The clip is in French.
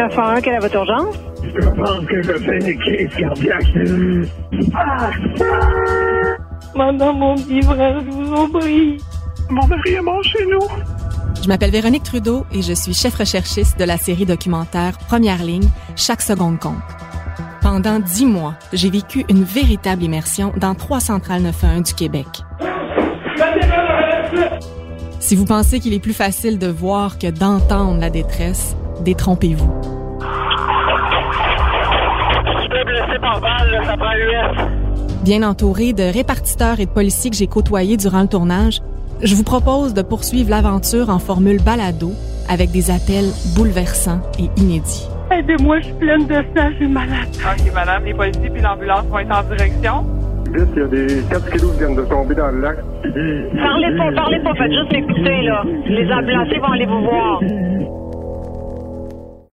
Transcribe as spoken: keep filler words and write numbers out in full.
neuf un un, quelle est votre urgence? Je pense que je fais une crise cardiaque. Ah! Madame, mon petit frère, je vous en prie. Mon mari est mort chez nous. Je m'appelle Véronique Trudeau et je suis chef recherchiste de la série documentaire Première ligne, chaque seconde compte. Pendant dix mois, j'ai vécu une véritable immersion dans trois centrales neuf un un du Québec. Si vous pensez qu'il est plus facile de voir que d'entendre la détresse, détrompez-vous. Je suis blessé par balle, ça prend U S. Bien entouré de répartiteurs et de policiers que j'ai côtoyés durant le tournage, je vous propose de poursuivre l'aventure en formule balado avec des appels bouleversants et inédits. Aidez-moi, je suis pleine de sang, je suis malade. OK, madame, les policiers puis l'ambulance vont être en direction. Vite, il y a des quatre kilos qui viennent de tomber dans le lac. Parlez pas, parlez pas, faites juste écouter, là. Les ambulanciers vont aller vous voir.